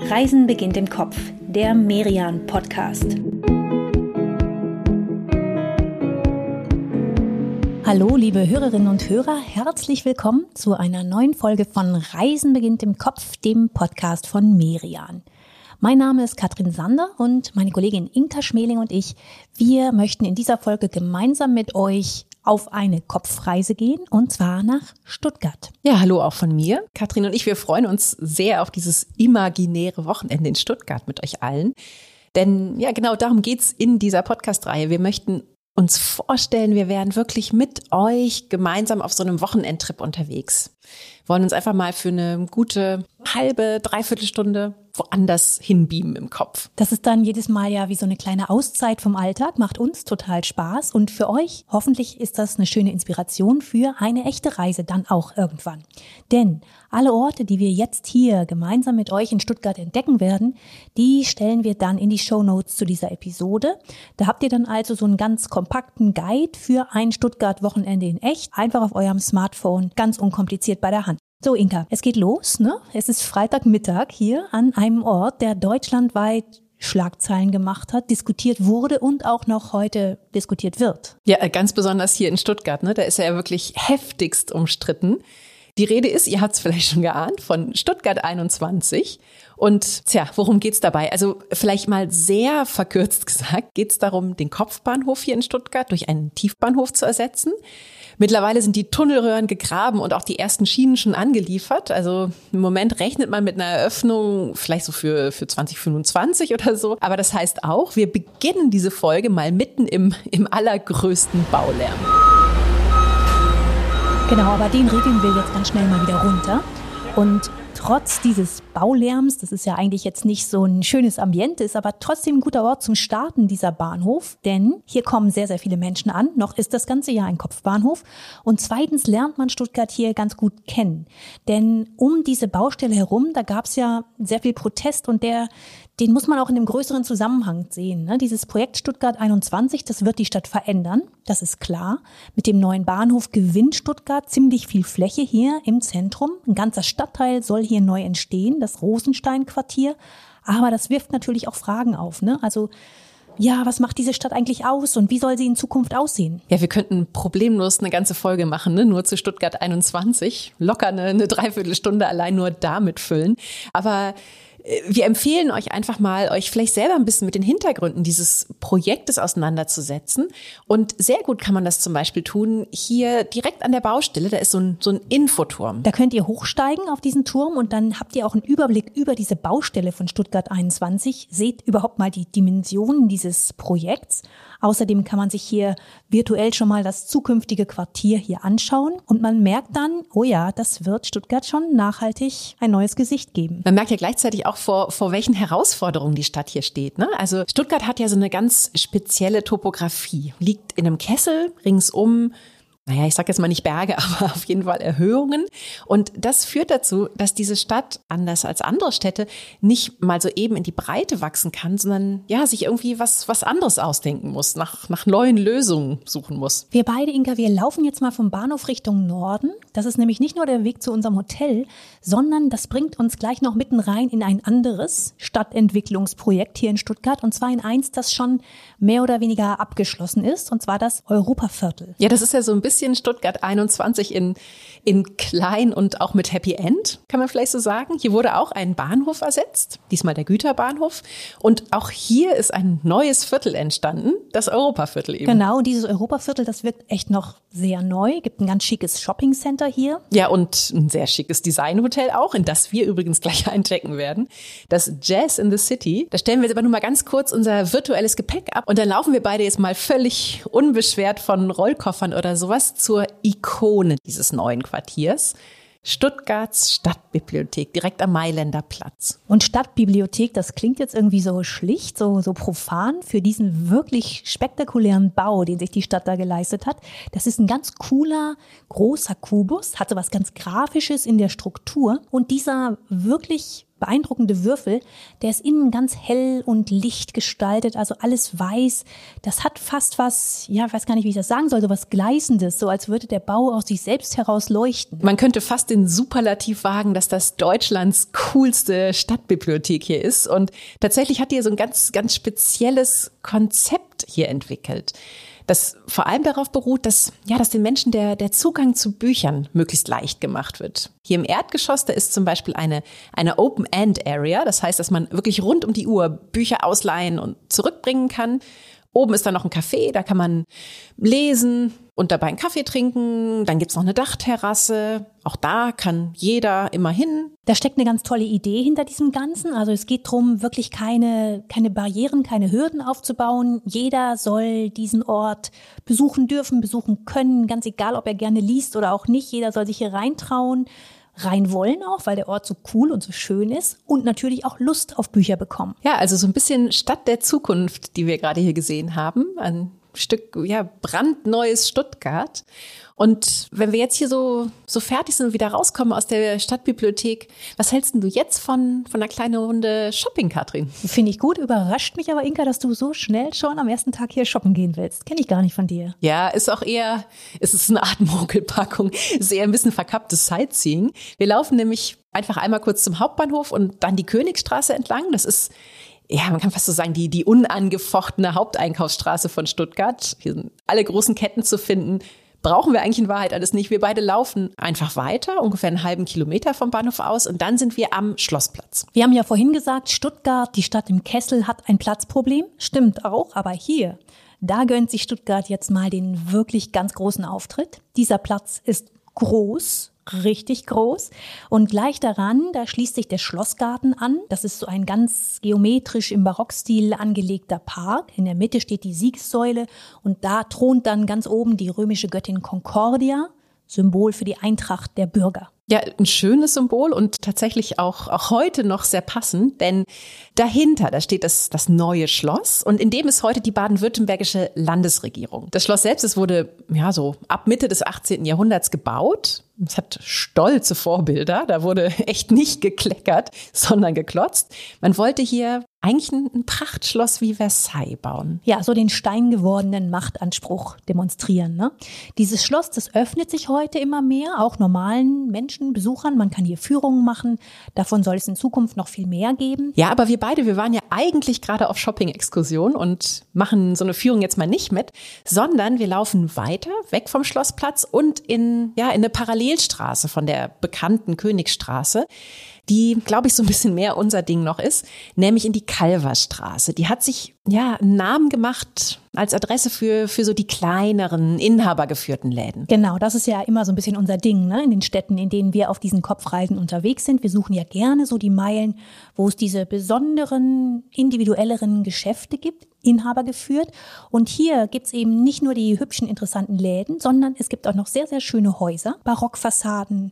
Reisen beginnt im Kopf, der Merian-Podcast. Hallo, liebe Hörerinnen und Hörer, herzlich willkommen zu einer neuen Folge von Reisen beginnt im Kopf, dem Podcast von Merian. Mein Name ist Katrin Sander und meine Kollegin Inka Schmeling und ich, wir möchten in dieser Folge gemeinsam mit euch auf eine Kopfreise gehen, und zwar nach Stuttgart. Ja, hallo auch von mir. Katrin und ich, wir freuen uns sehr auf dieses imaginäre Wochenende in Stuttgart mit euch allen. Denn ja, genau darum geht's in dieser Podcast-Reihe. Wir möchten uns vorstellen, wir wären wirklich mit euch gemeinsam auf so einem Wochenendtrip unterwegs. Wir wollen uns einfach mal für eine gute halbe, dreiviertel Stunde woanders hinbeamen im Kopf. Das ist dann jedes Mal ja wie so eine kleine Auszeit vom Alltag, macht uns total Spaß und für euch hoffentlich ist das eine schöne Inspiration für eine echte Reise dann auch irgendwann. Denn alle Orte, die wir jetzt hier gemeinsam mit euch in Stuttgart entdecken werden, die stellen wir dann in die Shownotes zu dieser Episode. Da habt ihr dann also so einen ganz kompakten Guide für ein Stuttgart-Wochenende in echt, einfach auf eurem Smartphone, ganz unkompliziert bei der Hand. So Inka, es geht los, ne? Es ist Freitagmittag hier an einem Ort, der deutschlandweit Schlagzeilen gemacht hat, diskutiert wurde und auch noch heute diskutiert wird. Ja, ganz besonders hier in Stuttgart, ne? Da ist er ja wirklich heftigst umstritten. Die Rede ist, ihr habt es vielleicht schon geahnt, von Stuttgart 21. Und worum geht's dabei? Also vielleicht mal sehr verkürzt gesagt, geht's darum, den Kopfbahnhof hier in Stuttgart durch einen Tiefbahnhof zu ersetzen. Mittlerweile sind die Tunnelröhren gegraben und auch die ersten Schienen schon angeliefert. Also im Moment rechnet man mit einer Eröffnung vielleicht so für 2025 oder so. Aber das heißt auch, wir beginnen diese Folge mal mitten im allergrößten Baulärm. Genau, aber den regeln wir jetzt ganz schnell mal wieder runter. Und trotz dieses Baulärms, das ist ja eigentlich jetzt nicht so ein schönes Ambiente, ist aber trotzdem ein guter Ort zum Starten, dieser Bahnhof. Denn hier kommen sehr, sehr viele Menschen an. Noch ist das ganze Jahr ein Kopfbahnhof. Und zweitens lernt man Stuttgart hier ganz gut kennen. Denn um diese Baustelle herum, da gab es ja sehr viel Protest und den muss man auch in einem größeren Zusammenhang sehen. Ne? Dieses Projekt Stuttgart 21, das wird die Stadt verändern, das ist klar. Mit dem neuen Bahnhof gewinnt Stuttgart ziemlich viel Fläche hier im Zentrum. Ein ganzer Stadtteil soll hier neu entstehen, das Rosenstein-Quartier. Aber das wirft natürlich auch Fragen auf. Ne? Also ja, was macht diese Stadt eigentlich aus und wie soll sie in Zukunft aussehen? Ja, wir könnten problemlos eine ganze Folge machen, ne? Nur zu Stuttgart 21. Locker eine Dreiviertelstunde allein nur damit füllen. Aber wir empfehlen euch einfach mal, euch vielleicht selber ein bisschen mit den Hintergründen dieses Projektes auseinanderzusetzen. Und sehr gut kann man das zum Beispiel tun hier direkt an der Baustelle. Da ist so ein Infoturm. Da könnt ihr hochsteigen auf diesen Turm und dann habt ihr auch einen Überblick über diese Baustelle von Stuttgart 21. Seht überhaupt mal die Dimensionen dieses Projekts. Außerdem kann man sich hier virtuell schon mal das zukünftige Quartier hier anschauen. Und man merkt dann, oh ja, das wird Stuttgart schon nachhaltig ein neues Gesicht geben. Man merkt ja gleichzeitig auch, vor welchen Herausforderungen die Stadt hier steht, ne? Also Stuttgart hat ja so eine ganz spezielle Topografie. Liegt in einem Kessel ringsum. Naja, ich sage jetzt mal nicht Berge, aber auf jeden Fall Erhöhungen. Und das führt dazu, dass diese Stadt, anders als andere Städte, nicht mal so eben in die Breite wachsen kann, sondern ja, sich irgendwie was anderes ausdenken muss, nach neuen Lösungen suchen muss. Wir beide, Inka, wir laufen jetzt mal vom Bahnhof Richtung Norden. Das ist nämlich nicht nur der Weg zu unserem Hotel, sondern das bringt uns gleich noch mitten rein in ein anderes Stadtentwicklungsprojekt hier in Stuttgart. Und zwar in eins, das schon mehr oder weniger abgeschlossen ist, und zwar das Europaviertel. Ja, das ist ja so ein bisschen Stuttgart 21 in klein und auch mit Happy End, kann man vielleicht so sagen. Hier wurde auch ein Bahnhof ersetzt, diesmal der Güterbahnhof. Und auch hier ist ein neues Viertel entstanden, das Europaviertel eben. Genau, und dieses Europaviertel, das wirkt echt noch sehr neu. Gibt ein ganz schickes Shoppingcenter hier. Ja, und ein sehr schickes Designhotel auch, in das wir übrigens gleich einchecken werden. Das Jazz in the City. Da stellen wir jetzt aber nur mal ganz kurz unser virtuelles Gepäck ab. Und dann laufen wir beide jetzt mal völlig unbeschwert von Rollkoffern oder sowas zur Ikone dieses neuen Quartiers. Stuttgarts Stadtbibliothek, direkt am Mailänder Platz. Und Stadtbibliothek, das klingt jetzt irgendwie so schlicht, so profan für diesen wirklich spektakulären Bau, den sich die Stadt da geleistet hat. Das ist ein ganz cooler, großer Kubus, hat so was ganz Grafisches in der Struktur. Und dieser wirklich beeindruckende Würfel. Der ist innen ganz hell und licht gestaltet, also alles weiß. Das hat fast was, ja, ich weiß gar nicht, wie ich das sagen soll, so was Gleißendes, so als würde der Bau aus sich selbst heraus leuchten. Man könnte fast den Superlativ wagen, dass das Deutschlands coolste Stadtbibliothek hier ist. Und tatsächlich hat die so ein ganz, ganz spezielles Konzept hier entwickelt, das vor allem darauf beruht, dass den Menschen der Zugang zu Büchern möglichst leicht gemacht wird. Hier im Erdgeschoss, da ist zum Beispiel eine Open-End-Area. Das heißt, dass man wirklich rund um die Uhr Bücher ausleihen und zurückbringen kann. Oben ist dann noch ein Café, da kann man lesen und dabei einen Kaffee trinken. Dann gibt's noch eine Dachterrasse. Auch da kann jeder immer hin. Da steckt eine ganz tolle Idee hinter diesem Ganzen. Also es geht darum, wirklich keine Barrieren, keine Hürden aufzubauen. Jeder soll diesen Ort besuchen dürfen, besuchen können, ganz egal, ob er gerne liest oder auch nicht. Jeder soll sich hier reintrauen, rein wollen auch, weil der Ort so cool und so schön ist und natürlich auch Lust auf Bücher bekommen. Ja, also so ein bisschen Stadt der Zukunft, die wir gerade hier gesehen haben. Ein Stück, brandneues Stuttgart. Und wenn wir jetzt hier so fertig sind und wieder rauskommen aus der Stadtbibliothek, was hältst denn du jetzt von einer kleinen Runde Shopping, Katrin? Finde ich gut, überrascht mich aber, Inka, dass du so schnell schon am ersten Tag hier shoppen gehen willst. Kenne ich gar nicht von dir. Ja, ist eine Art Mogelpackung, ist eher ein bisschen verkapptes Sightseeing. Wir laufen nämlich einfach einmal kurz zum Hauptbahnhof und dann die Königstraße entlang. Das ist, man kann fast so sagen, die unangefochtene Haupteinkaufsstraße von Stuttgart. Hier sind alle großen Ketten zu finden. Brauchen wir eigentlich in Wahrheit alles nicht. Wir beide laufen einfach weiter, ungefähr einen halben Kilometer vom Bahnhof aus und dann sind wir am Schlossplatz. Wir haben ja vorhin gesagt, Stuttgart, die Stadt im Kessel, hat ein Platzproblem. Stimmt auch, aber hier, da gönnt sich Stuttgart jetzt mal den wirklich ganz großen Auftritt. Dieser Platz ist groß, richtig groß. Und gleich daran, da schließt sich der Schlossgarten an. Das ist so ein ganz geometrisch im Barockstil angelegter Park. In der Mitte steht die Siegessäule und da thront dann ganz oben die römische Göttin Concordia, Symbol für die Eintracht der Bürger. Ja, ein schönes Symbol und tatsächlich auch heute noch sehr passend, denn dahinter, da steht das neue Schloss und in dem ist heute die baden-württembergische Landesregierung. Das Schloss selbst, es wurde so ab Mitte des 18. Jahrhunderts gebaut. Es hat stolze Vorbilder, da wurde echt nicht gekleckert, sondern geklotzt. Man wollte hier eigentlich ein Prachtschloss wie Versailles bauen. Ja, so den steingewordenen Machtanspruch demonstrieren, ne? Dieses Schloss, das öffnet sich heute immer mehr, auch normalen Menschen, Besuchern. Man kann hier Führungen machen. Davon soll es in Zukunft noch viel mehr geben. Ja, aber wir waren ja eigentlich gerade auf Shopping-Exkursion und machen so eine Führung jetzt mal nicht mit, sondern wir laufen weiter, weg vom Schlossplatz und in eine Parallelstraße von der bekannten Königstraße, die, glaube ich, so ein bisschen mehr unser Ding noch ist, nämlich in die Kalverstraße. Die hat sich einen Namen gemacht als Adresse für so die kleineren, inhabergeführten Läden. Genau, das ist ja immer so ein bisschen unser Ding, ne? In den Städten, in denen wir auf diesen Kopfreisen unterwegs sind. Wir suchen ja gerne so die Meilen, wo es diese besonderen, individuelleren Geschäfte gibt, Inhaber geführt. Und hier gibt's eben nicht nur die hübschen, interessanten Läden, sondern es gibt auch noch sehr, sehr schöne Häuser, Barockfassaden,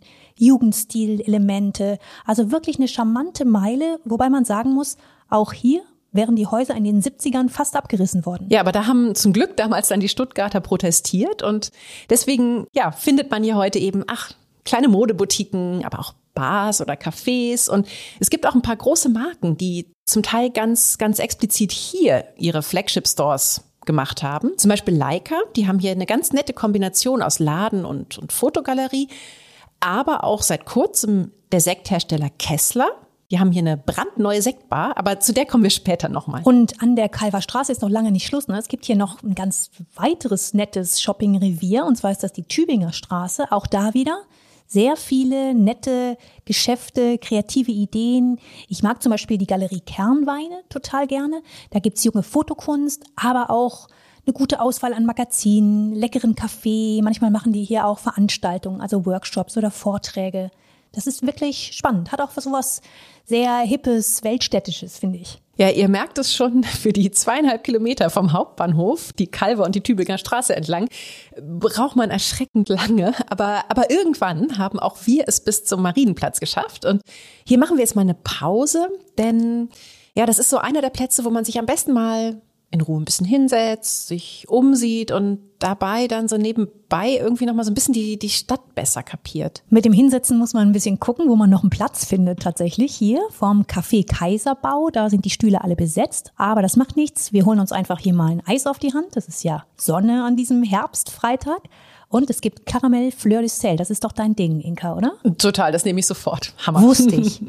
Jugendstil-Elemente, also wirklich eine charmante Meile, wobei man sagen muss, auch hier wären die Häuser in den 70ern fast abgerissen worden. Ja, aber da haben zum Glück damals dann die Stuttgarter protestiert und deswegen, findet man hier heute eben, kleine Modeboutiquen, aber auch Bars oder Cafés und es gibt auch ein paar große Marken, die zum Teil ganz, ganz explizit hier ihre Flagship-Stores gemacht haben. Zum Beispiel Leica, die haben hier eine ganz nette Kombination aus Laden und Fotogalerie, aber auch seit kurzem der Sekthersteller Kessler. Die haben hier eine brandneue Sektbar, aber zu der kommen wir später nochmal. Und an der Kalverstraße ist noch lange nicht Schluss, ne? Es gibt hier noch ein ganz weiteres nettes Shopping-Revier, und zwar ist das die Tübinger Straße. Auch da wieder sehr viele nette Geschäfte, kreative Ideen. Ich mag zum Beispiel die Galerie Kernweine total gerne. Da gibt's junge Fotokunst, aber auch eine gute Auswahl an Magazinen, leckeren Kaffee. Manchmal machen die hier auch Veranstaltungen, also Workshops oder Vorträge. Das ist wirklich spannend. Hat auch so was sehr Hippes, Weltstädtisches, finde ich. Ja, ihr merkt es schon, für die 2,5 Kilometer vom Hauptbahnhof, die Kalver- und die Tübinger Straße entlang, braucht man erschreckend lange. Aber irgendwann haben auch wir es bis zum Marienplatz geschafft. Und hier machen wir jetzt mal eine Pause, denn das ist so einer der Plätze, wo man sich am besten mal in Ruhe ein bisschen hinsetzt, sich umsieht und dabei dann so nebenbei irgendwie nochmal so ein bisschen die Stadt besser kapiert. Mit dem Hinsetzen muss man ein bisschen gucken, wo man noch einen Platz findet tatsächlich. Hier vorm Café Kaiserbau, da sind die Stühle alle besetzt. Aber das macht nichts, wir holen uns einfach hier mal ein Eis auf die Hand. Das ist ja Sonne an diesem Herbstfreitag. Und es gibt Karamell Fleur de Sel. Das ist doch dein Ding, Inka, oder? Total, das nehme ich sofort. Hammer. Wusste ich.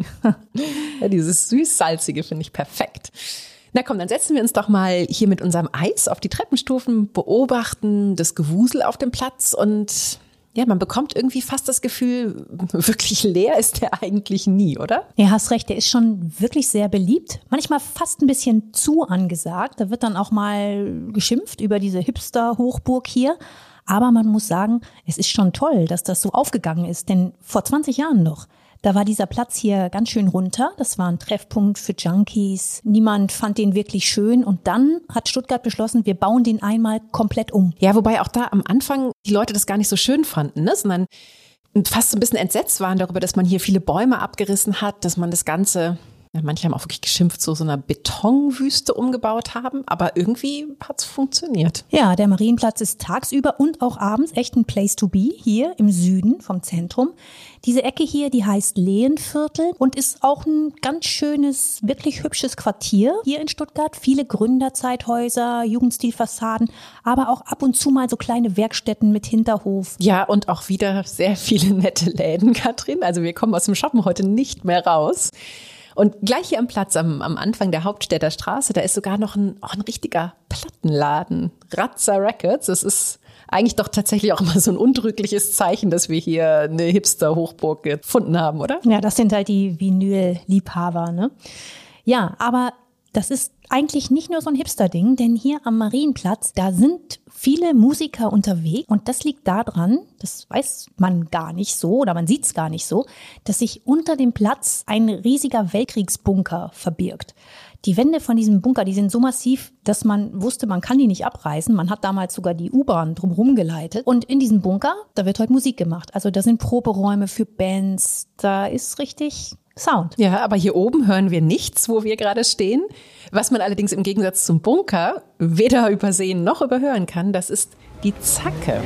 Ja, dieses süß-salzige finde ich perfekt. Na komm, dann setzen wir uns doch mal hier mit unserem Eis auf die Treppenstufen, beobachten das Gewusel auf dem Platz und ja, man bekommt irgendwie fast das Gefühl, wirklich leer ist der eigentlich nie, oder? Ja, hast recht, der ist schon wirklich sehr beliebt. Manchmal fast ein bisschen zu angesagt. Da wird dann auch mal geschimpft über diese Hipster-Hochburg hier. Aber man muss sagen, es ist schon toll, dass das so aufgegangen ist. Denn vor 20 Jahren noch, da war dieser Platz hier ganz schön runter. Das war ein Treffpunkt für Junkies. Niemand fand den wirklich schön. Und dann hat Stuttgart beschlossen, wir bauen den einmal komplett um. Ja, wobei auch da am Anfang die Leute das gar nicht so schön fanden, ne? Sondern fast so ein bisschen entsetzt waren darüber, dass man hier viele Bäume abgerissen hat, dass man das Ganze, ja, manche haben auch wirklich geschimpft, so einer Betonwüste umgebaut haben. Aber irgendwie hat's funktioniert. Ja, der Marienplatz ist tagsüber und auch abends echt ein Place to be hier im Süden vom Zentrum. Diese Ecke hier, die heißt Lehenviertel und ist auch ein ganz schönes, wirklich hübsches Quartier hier in Stuttgart. Viele Gründerzeithäuser, Jugendstilfassaden, aber auch ab und zu mal so kleine Werkstätten mit Hinterhof. Ja, und auch wieder sehr viele nette Läden, Katrin. Also wir kommen aus dem Shoppen heute nicht mehr raus. Und gleich hier am Platz, am Anfang der Hauptstädter Straße, da ist sogar noch ein richtiger Plattenladen. Ratzer Records. Das ist eigentlich doch tatsächlich auch immer so ein untrügliches Zeichen, dass wir hier eine Hipster-Hochburg gefunden haben, oder? Ja, das sind halt die Vinyl-Liebhaber, ne? Ja, aber das ist eigentlich nicht nur so ein Hipster-Ding, denn hier am Marienplatz, da sind viele Musiker unterwegs und das liegt daran, das weiß man gar nicht so oder man sieht es gar nicht so, dass sich unter dem Platz ein riesiger Weltkriegsbunker verbirgt. Die Wände von diesem Bunker, die sind so massiv, dass man wusste, man kann die nicht abreißen. Man hat damals sogar die U-Bahn drumherum geleitet. Und in diesem Bunker, da wird heute Musik gemacht. Also da sind Proberäume für Bands, da ist richtig Sound. Ja, aber hier oben hören wir nichts, wo wir gerade stehen. Was man allerdings im Gegensatz zum Bunker weder übersehen noch überhören kann, das ist die Zacke.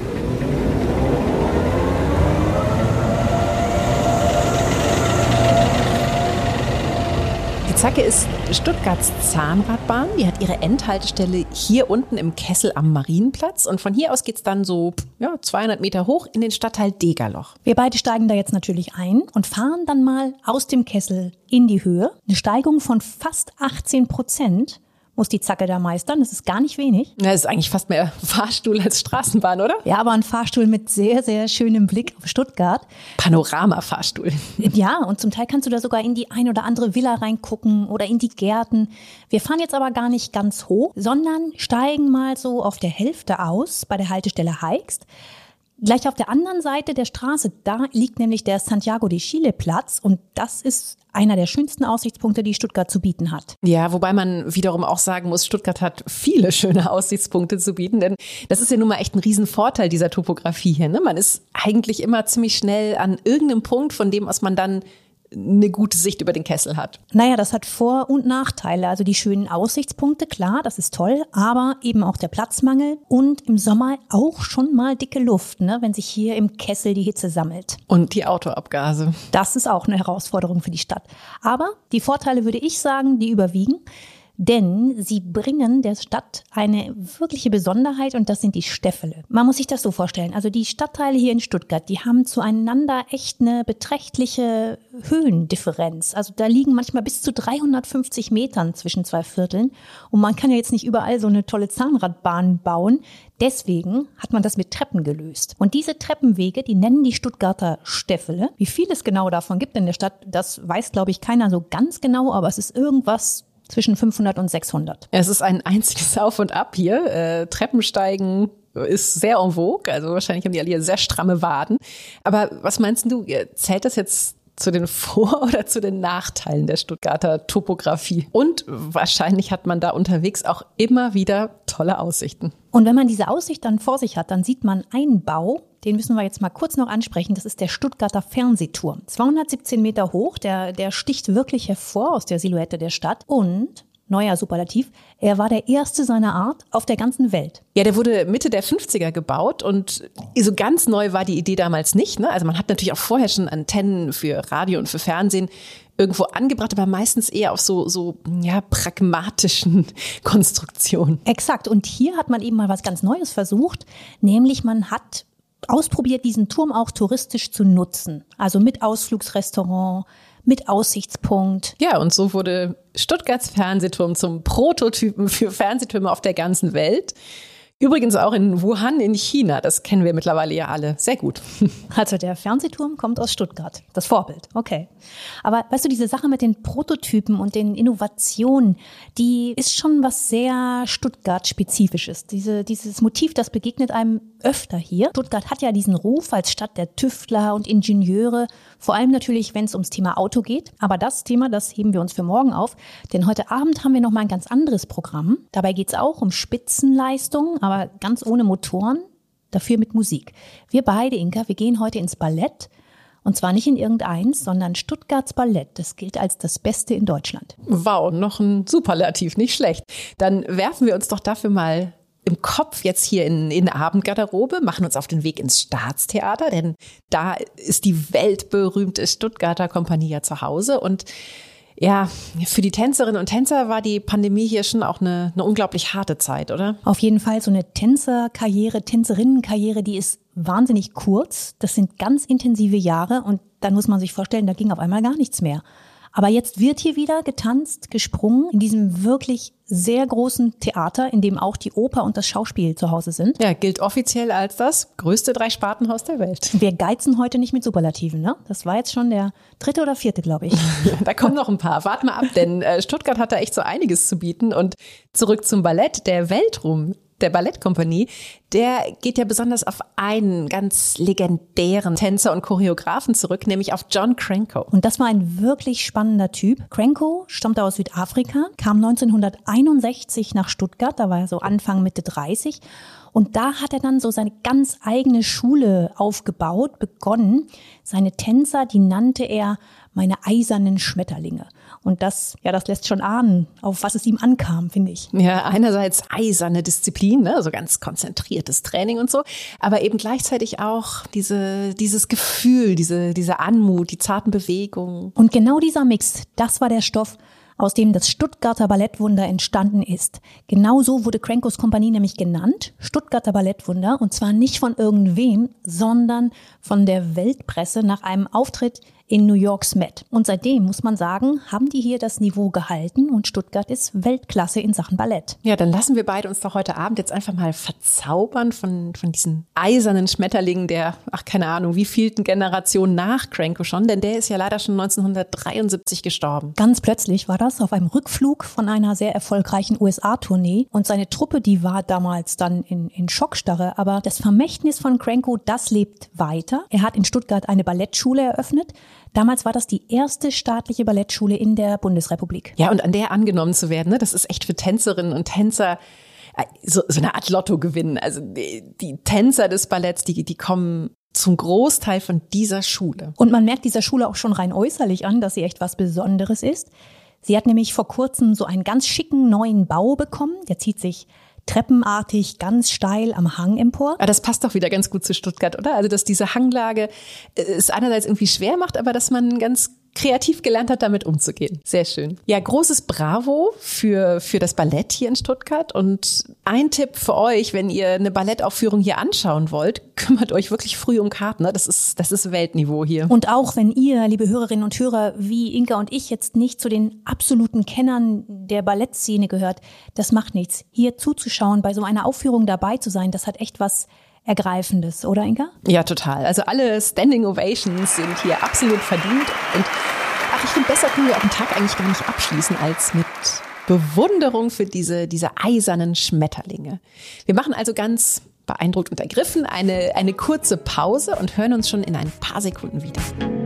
Die Zacke ist Stuttgarts Zahnradbahn. Die hat ihre Endhaltestelle hier unten im Kessel am Marienplatz. Und von hier aus geht's dann so 200 Meter hoch in den Stadtteil Degerloch. Wir beide steigen da jetzt natürlich ein und fahren dann mal aus dem Kessel in die Höhe. Eine Steigung von fast 18% muss die Zacke da meistern. Das ist gar nicht wenig. Das ist eigentlich fast mehr Fahrstuhl als Straßenbahn, oder? Ja, aber ein Fahrstuhl mit sehr, sehr schönem Blick auf Stuttgart. Panorama-Fahrstuhl. Ja, und zum Teil kannst du da sogar in die ein oder andere Villa reingucken oder in die Gärten. Wir fahren jetzt aber gar nicht ganz hoch, sondern steigen mal so auf der Hälfte aus bei der Haltestelle Heikst. Gleich auf der anderen Seite der Straße, da liegt nämlich der Santiago de Chile Platz und das ist einer der schönsten Aussichtspunkte, die Stuttgart zu bieten hat. Ja, wobei man wiederum auch sagen muss, Stuttgart hat viele schöne Aussichtspunkte zu bieten, denn das ist ja nun mal echt ein Riesenvorteil dieser Topografie hier, ne? Man ist eigentlich immer ziemlich schnell an irgendeinem Punkt, von dem aus man dann eine gute Sicht über den Kessel hat. Naja, das hat Vor- und Nachteile. Also die schönen Aussichtspunkte, klar, das ist toll, aber eben auch der Platzmangel und im Sommer auch schon mal dicke Luft, ne, wenn sich hier im Kessel die Hitze sammelt. Und die Autoabgase. Das ist auch eine Herausforderung für die Stadt. Aber die Vorteile, würde ich sagen, die überwiegen. Denn sie bringen der Stadt eine wirkliche Besonderheit und das sind die Stäffele. Man muss sich das so vorstellen. Also die Stadtteile hier in Stuttgart, die haben zueinander echt eine beträchtliche Höhendifferenz. Also da liegen manchmal bis zu 350 Metern zwischen zwei Vierteln. Und man kann ja jetzt nicht überall so eine tolle Zahnradbahn bauen. Deswegen hat man das mit Treppen gelöst. Und diese Treppenwege, die nennen die Stuttgarter Stäffele. Wie viel es genau davon gibt in der Stadt, das weiß, glaube ich, keiner so ganz genau. Aber es ist irgendwas zwischen 500 und 600. Es ist ein einziges Auf und Ab hier. Treppensteigen ist sehr en vogue. Also wahrscheinlich haben die alle hier sehr stramme Waden. Aber was meinst du, zählt das jetzt zu den Vor- oder zu den Nachteilen der Stuttgarter Topografie? Und wahrscheinlich hat man da unterwegs auch immer wieder tolle Aussichten. Und wenn man diese Aussicht dann vor sich hat, dann sieht man einen Bau, den müssen wir jetzt mal kurz noch ansprechen. Das ist der Stuttgarter Fernsehturm. 217 Meter hoch, der sticht wirklich hervor aus der Silhouette der Stadt. Und neuer Superlativ. Er war der erste seiner Art auf der ganzen Welt. Ja, der wurde Mitte der 50er gebaut und so ganz neu war die Idee damals nicht, ne? Also man hat natürlich auch vorher schon Antennen für Radio und für Fernsehen irgendwo angebracht, aber meistens eher auf so pragmatischen Konstruktionen. Exakt. Und hier hat man eben mal was ganz Neues versucht, nämlich man hat ausprobiert, diesen Turm auch touristisch zu nutzen. Also mit Ausflugsrestaurant, mit Aussichtspunkt. Ja, und so wurde Stuttgarts Fernsehturm zum Prototypen für Fernsehtürme auf der ganzen Welt. Übrigens auch in Wuhan in China, das kennen wir mittlerweile ja alle sehr gut. Also der Fernsehturm kommt aus Stuttgart, das Vorbild, okay. Aber weißt du, diese Sache mit den Prototypen und den Innovationen, die ist schon was sehr Stuttgart-spezifisches. Dieses Motiv, das begegnet einem öfter hier. Stuttgart hat ja diesen Ruf als Stadt der Tüftler und Ingenieure, vor allem natürlich, wenn es ums Thema Auto geht. Aber das Thema, das heben wir uns für morgen auf, denn heute Abend haben wir noch mal ein ganz anderes Programm. Dabei geht es auch um Spitzenleistung, aber ganz ohne Motoren, dafür mit Musik. Wir beide, Inka, wir gehen heute ins Ballett. Und zwar nicht in irgendeins, sondern Stuttgarts Ballett. Das gilt als das Beste in Deutschland. Wow, noch ein Superlativ, nicht schlecht. Dann werfen wir uns doch dafür mal im Kopf jetzt hier in Abendgarderobe, machen uns auf den Weg ins Staatstheater, denn da ist die weltberühmte Stuttgarter Kompanie ja zu Hause. Und ja, für die Tänzerinnen und Tänzer war die Pandemie hier schon auch eine unglaublich harte Zeit, oder? Auf jeden Fall, so eine Tänzerinnenkarriere, die ist wahnsinnig kurz. Das sind ganz intensive Jahre und dann muss man sich vorstellen, da ging auf einmal gar nichts mehr. Aber jetzt wird hier wieder getanzt, gesprungen in diesem wirklich sehr großen Theater, in dem auch die Oper und das Schauspiel zu Hause sind. Ja, gilt offiziell als das größte Dreispartenhaus der Welt. Wir geizen heute nicht mit Superlativen, ne? Das war jetzt schon der 3. oder 4., glaube ich. Da kommen noch ein paar. Wart mal ab, denn Stuttgart hat da echt so einiges zu bieten. Und zurück zum Ballett, der Weltruhm der Ballettkompanie, der geht ja besonders auf einen ganz legendären Tänzer und Choreografen zurück, nämlich auf John Cranko. Und das war ein wirklich spannender Typ. Cranko stammte aus Südafrika, kam 1961 nach Stuttgart, da war er so Anfang, Mitte 30. Und da hat er dann so seine ganz eigene Schule aufgebaut, begonnen. Seine Tänzer, die nannte er meine eisernen Schmetterlinge. Und das lässt schon ahnen, auf was es ihm ankam, finde ich. Ja, einerseits eiserne Disziplin, ne, so ganz konzentriertes Training und so, aber eben gleichzeitig auch dieses Gefühl, diese Anmut, die zarten Bewegungen. Und genau dieser Mix, das war der Stoff, aus dem das Stuttgarter Ballettwunder entstanden ist. Genauso wurde Crankos Kompanie nämlich genannt, Stuttgarter Ballettwunder, und zwar nicht von irgendwem, sondern von der Weltpresse nach einem Auftritt in New Yorks Met. Und seitdem, muss man sagen, haben die hier das Niveau gehalten und Stuttgart ist Weltklasse in Sachen Ballett. Ja, dann lassen wir beide uns doch heute Abend jetzt einfach mal verzaubern von diesen eisernen Schmetterlingen der, keine Ahnung, wievielten Generation nach Cranko schon, denn der ist ja leider schon 1973 gestorben. Ganz plötzlich war das auf einem Rückflug von einer sehr erfolgreichen USA-Tournee und seine Truppe, die war damals dann in Schockstarre, aber das Vermächtnis von Cranko, das lebt weiter. Er hat in Stuttgart eine Ballettschule eröffnet. Damals war das die erste staatliche Ballettschule in der Bundesrepublik. Ja, und an der angenommen zu werden, ne, das ist echt für Tänzerinnen und Tänzer so eine Art Lottogewinn. Also die Tänzer des Balletts, die kommen zum Großteil von dieser Schule. Und man merkt dieser Schule auch schon rein äußerlich an, dass sie echt was Besonderes ist. Sie hat nämlich vor kurzem so einen ganz schicken neuen Bau bekommen. Der zieht sich treppenartig ganz steil am Hang empor. Aber das passt doch wieder ganz gut zu Stuttgart, oder? Also, dass diese Hanglage es einerseits irgendwie schwer macht, aber dass man ganz kreativ gelernt hat, damit umzugehen. Sehr schön. Ja, großes Bravo für das Ballett hier in Stuttgart. Und ein Tipp für euch, wenn ihr eine Ballettaufführung hier anschauen wollt, kümmert euch wirklich früh um Karten. Ne? Das ist Weltniveau hier. Und auch wenn ihr, liebe Hörerinnen und Hörer, wie Inka und ich jetzt nicht zu den absoluten Kennern der Ballettszene gehört, das macht nichts. Hier zuzuschauen, bei so einer Aufführung dabei zu sein, das hat echt was Ergreifendes, oder Inka? Ja, total. Also alle Standing Ovations sind hier absolut verdient. Und ich finde, besser können wir auch einen Tag eigentlich gar nicht abschließen als mit Bewunderung für diese eisernen Schmetterlinge. Wir machen also ganz beeindruckt und ergriffen eine kurze Pause und hören uns schon in ein paar Sekunden wieder.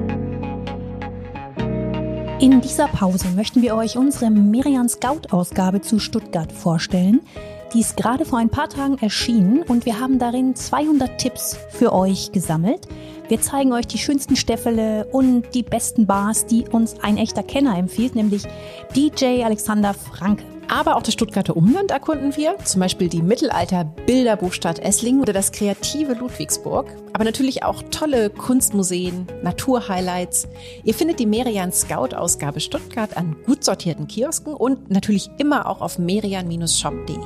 In dieser Pause möchten wir euch unsere Merian Scout-Ausgabe zu Stuttgart vorstellen. Die ist gerade vor ein paar Tagen erschienen und wir haben darin 200 Tipps für euch gesammelt. Wir zeigen euch die schönsten Stäffele und die besten Bars, die uns ein echter Kenner empfiehlt, nämlich DJ Alexander Franke. Aber auch das Stuttgarter Umland erkunden wir, zum Beispiel die Mittelalter-Bilderbuchstadt Esslingen oder das kreative Ludwigsburg. Aber natürlich auch tolle Kunstmuseen, Naturhighlights. Ihr findet die Merian Scout-Ausgabe Stuttgart an gut sortierten Kiosken und natürlich immer auch auf merian-shop.de.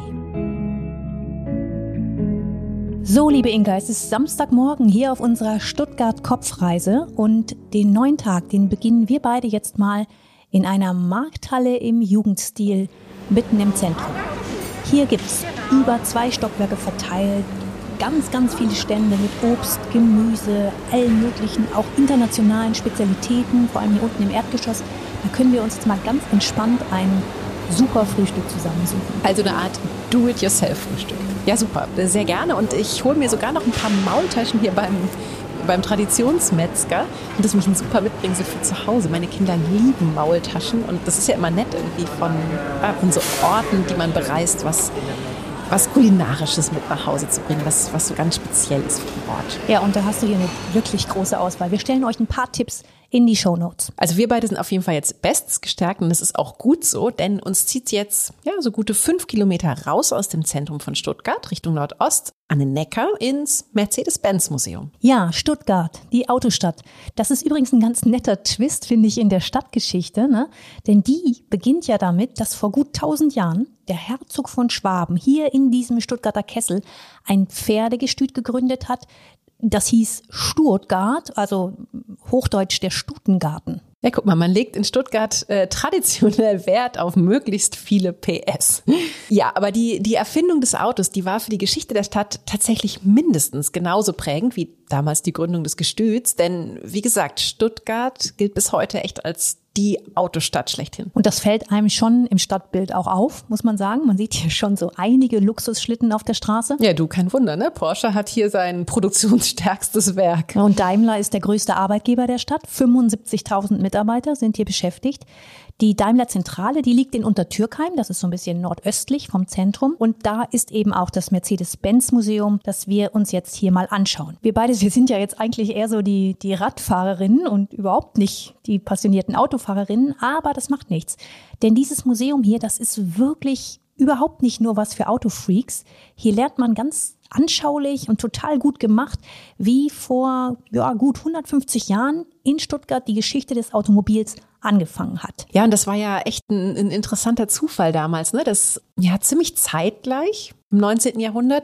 So, liebe Inga, es ist Samstagmorgen hier auf unserer Stuttgart-Kopfreise und den neuen Tag, den beginnen wir beide jetzt mal in einer Markthalle im Jugendstil mitten im Zentrum. Hier gibt es über 2 Stockwerke verteilt, ganz, ganz viele Stände mit Obst, Gemüse, allen möglichen, auch internationalen Spezialitäten, vor allem hier unten im Erdgeschoss. Da können wir uns jetzt mal ganz entspannt ein super Frühstück zusammensuchen. Also eine Art Do-it-yourself-Frühstück. Ja, super, sehr gerne. Und ich hole mir sogar noch ein paar Maultaschen hier beim Traditionsmetzger. Und das ist mich ein super Mitbringsel für zu Hause. Meine Kinder lieben Maultaschen und das ist ja immer nett irgendwie von so Orten, die man bereist, was Kulinarisches mit nach Hause zu bringen, was so ganz speziell ist für den Ort. Ja, und da hast du hier eine wirklich große Auswahl. Wir stellen euch ein paar Tipps in die Shownotes. Also wir beide sind auf jeden Fall jetzt bestens gestärkt und das ist auch gut so, denn uns zieht jetzt so gute 5 Kilometer raus aus dem Zentrum von Stuttgart Richtung Nordost an den Neckar ins Mercedes-Benz-Museum. Ja, Stuttgart, die Autostadt. Das ist übrigens ein ganz netter Twist, finde ich, in der Stadtgeschichte, ne? Denn die beginnt ja damit, dass vor gut 1000 Jahren der Herzog von Schwaben hier in diesem Stuttgarter Kessel ein Pferdegestüt gegründet hat. Das hieß Stuttgart, also Hochdeutsch der Stutengarten. Ja, guck mal, man legt in Stuttgart traditionell Wert auf möglichst viele PS. Ja, aber die Erfindung des Autos, die war für die Geschichte der Stadt tatsächlich mindestens genauso prägend wie damals die Gründung des Gestüts. Denn wie gesagt, Stuttgart gilt bis heute echt als die Autostadt schlechthin. Und das fällt einem schon im Stadtbild auch auf, muss man sagen. Man sieht hier schon so einige Luxusschlitten auf der Straße. Ja, du, kein Wunder, ne? Porsche hat hier sein produktionsstärkstes Werk. Und Daimler ist der größte Arbeitgeber der Stadt. 75.000 Mitarbeiter sind hier beschäftigt. Die Daimler-Zentrale, die liegt in Untertürkheim, das ist so ein bisschen nordöstlich vom Zentrum. Und da ist eben auch das Mercedes-Benz-Museum, das wir uns jetzt hier mal anschauen. Wir sind ja jetzt eigentlich eher so die Radfahrerinnen und überhaupt nicht die passionierten Autofahrerinnen, aber das macht nichts. Denn dieses Museum hier, das ist wirklich überhaupt nicht nur was für Autofreaks. Hier lernt man ganz anschaulich und total gut gemacht, wie vor gut 150 Jahren in Stuttgart die Geschichte des Automobils angefangen hat. Ja, und das war ja echt ein interessanter Zufall damals, ne? Dass ziemlich zeitgleich im 19. Jahrhundert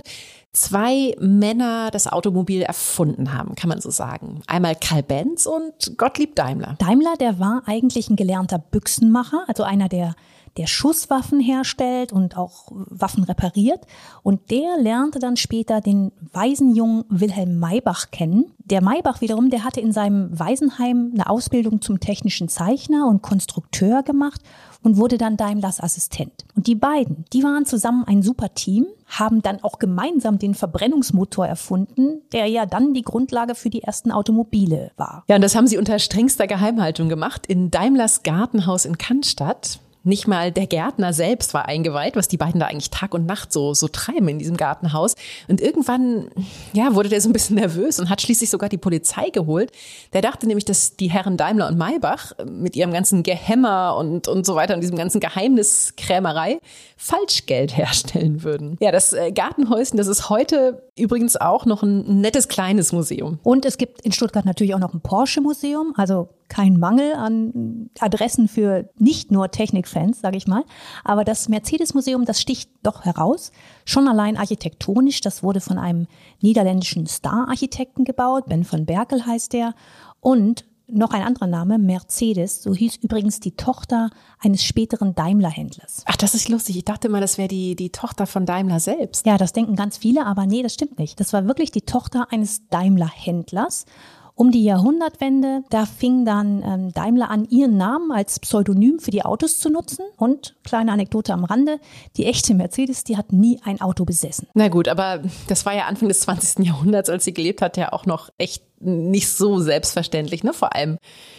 2 Männer das Automobil erfunden haben, kann man so sagen. Einmal Karl Benz und Gottlieb Daimler. Daimler, der war eigentlich ein gelernter Büchsenmacher, also einer, der Schusswaffen herstellt und auch Waffen repariert. Und der lernte dann später den Waisenjungen Wilhelm Maybach kennen. Der Maybach wiederum, der hatte in seinem Waisenheim eine Ausbildung zum technischen Zeichner und Konstrukteur gemacht und wurde dann Daimlers Assistent. Und die beiden, die waren zusammen ein super Team, haben dann auch gemeinsam den Verbrennungsmotor erfunden, der ja dann die Grundlage für die ersten Automobile war. Ja, und das haben sie unter strengster Geheimhaltung gemacht in Daimlers Gartenhaus in Cannstatt. Nicht mal der Gärtner selbst war eingeweiht, was die beiden da eigentlich Tag und Nacht so treiben in diesem Gartenhaus. Und irgendwann, wurde der so ein bisschen nervös und hat schließlich sogar die Polizei geholt. Der dachte nämlich, dass die Herren Daimler und Maybach mit ihrem ganzen Gehämmer und so weiter und diesem ganzen Geheimniskrämerei Falschgeld herstellen würden. Ja, das Gartenhäuschen, das ist heute übrigens auch noch ein nettes kleines Museum. Und es gibt in Stuttgart natürlich auch noch ein Porsche-Museum, also kein Mangel an Adressen für nicht nur Technikfans, sage ich mal. Aber das Mercedes-Museum, das sticht doch heraus. Schon allein architektonisch, das wurde von einem niederländischen Star-Architekten gebaut. Ben van Berkel heißt der. Und noch ein anderer Name, Mercedes, so hieß übrigens die Tochter eines späteren Daimler-Händlers. Ach, das ist lustig. Ich dachte mal, das wäre die Tochter von Daimler selbst. Ja, das denken ganz viele, aber nee, das stimmt nicht. Das war wirklich die Tochter eines Daimler-Händlers. Um die Jahrhundertwende, da fing dann Daimler an, ihren Namen als Pseudonym für die Autos zu nutzen. Und, kleine Anekdote am Rande, die echte Mercedes, die hat nie ein Auto besessen. Na gut, aber das war ja Anfang des 20. Jahrhunderts, als sie gelebt hat, ja auch noch echt nicht so selbstverständlich, ne? Vor allem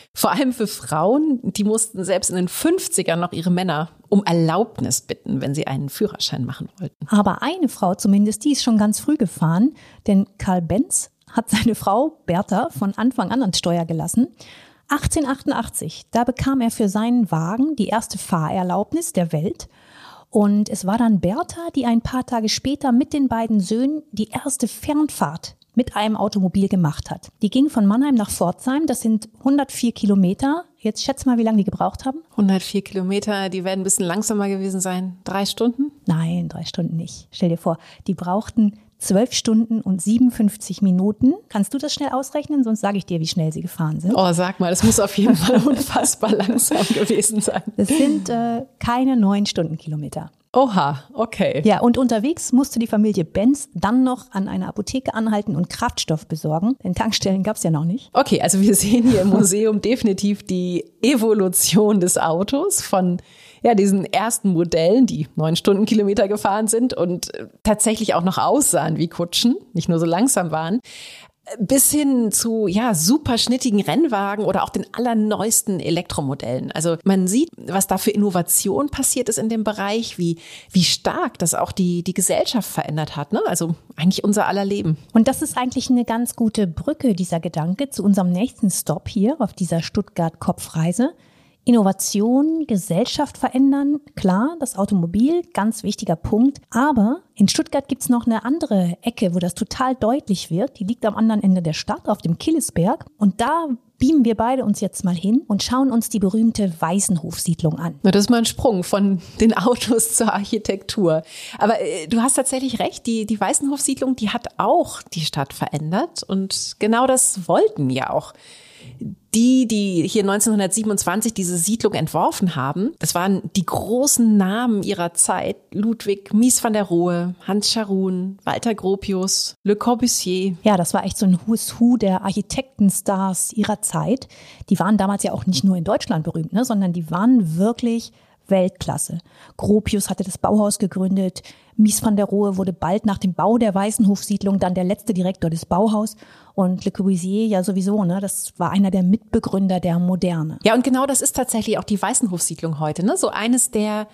für Frauen, die mussten selbst in den 50ern noch ihre Männer um Erlaubnis bitten, wenn sie einen Führerschein machen wollten. Aber eine Frau zumindest, die ist schon ganz früh gefahren, denn Karl Benz hat seine Frau Bertha von Anfang an ans Steuer gelassen. 1888, da bekam er für seinen Wagen die erste Fahrerlaubnis der Welt. Und es war dann Bertha, die ein paar Tage später mit den beiden Söhnen die erste Fernfahrt mit einem Automobil gemacht hat. Die ging von Mannheim nach Pforzheim, das sind 104 Kilometer. Jetzt schätz mal, wie lange die gebraucht haben. 104 Kilometer, die werden ein bisschen langsamer gewesen sein. 3 Stunden? Nein, 3 Stunden nicht. Stell dir vor, die brauchten 12 Stunden und 57 Minuten. Kannst du das schnell ausrechnen? Sonst sage ich dir, wie schnell sie gefahren sind. Oh, sag mal, das muss auf jeden Fall unfassbar langsam gewesen sein. Das sind keine 9 Stundenkilometer. Oha, okay. Ja, und unterwegs musste die Familie Benz dann noch an einer Apotheke anhalten und Kraftstoff besorgen, denn Tankstellen gab es ja noch nicht. Okay, also wir sehen hier im Museum definitiv die Evolution des Autos von diesen ersten Modellen, die 9 Stundenkilometer gefahren sind und tatsächlich auch noch aussahen wie Kutschen, nicht nur so langsam waren, bis hin zu super schnittigen Rennwagen oder auch den allerneuesten Elektromodellen. Also man sieht, was da für Innovation passiert ist in dem Bereich, wie stark das auch die Gesellschaft verändert hat, ne? Also eigentlich unser aller Leben. Und das ist eigentlich eine ganz gute Brücke, dieser Gedanke, zu unserem nächsten Stop hier auf dieser Stuttgart-Kopfreise. Innovation, Gesellschaft verändern, klar, das Automobil, ganz wichtiger Punkt. Aber in Stuttgart gibt's noch eine andere Ecke, wo das total deutlich wird. Die liegt am anderen Ende der Stadt, auf dem Killesberg. Und da beamen wir beide uns jetzt mal hin und schauen uns die berühmte Weißenhofsiedlung an. Na, das ist mal ein Sprung von den Autos zur Architektur. Aber du hast tatsächlich recht, die Weißenhofsiedlung, die hat auch die Stadt verändert. Und genau das wollten ja auch die hier 1927 diese Siedlung entworfen haben. Das waren die großen Namen ihrer Zeit. Ludwig Mies van der Rohe, Hans Scharoun, Walter Gropius, Le Corbusier. Ja, das war echt so ein Who's Who der Architektenstars ihrer Zeit. Die waren damals ja auch nicht nur in Deutschland berühmt, ne, sondern die waren wirklich Weltklasse. Gropius hatte das Bauhaus gegründet. Mies van der Rohe wurde bald nach dem Bau der Weißenhofsiedlung dann der letzte Direktor des Bauhaus. Und Le Corbusier ja sowieso, ne? Das war einer der Mitbegründer der Moderne. Ja, und genau das ist tatsächlich auch die Weißenhofsiedlung heute, ne? So eines der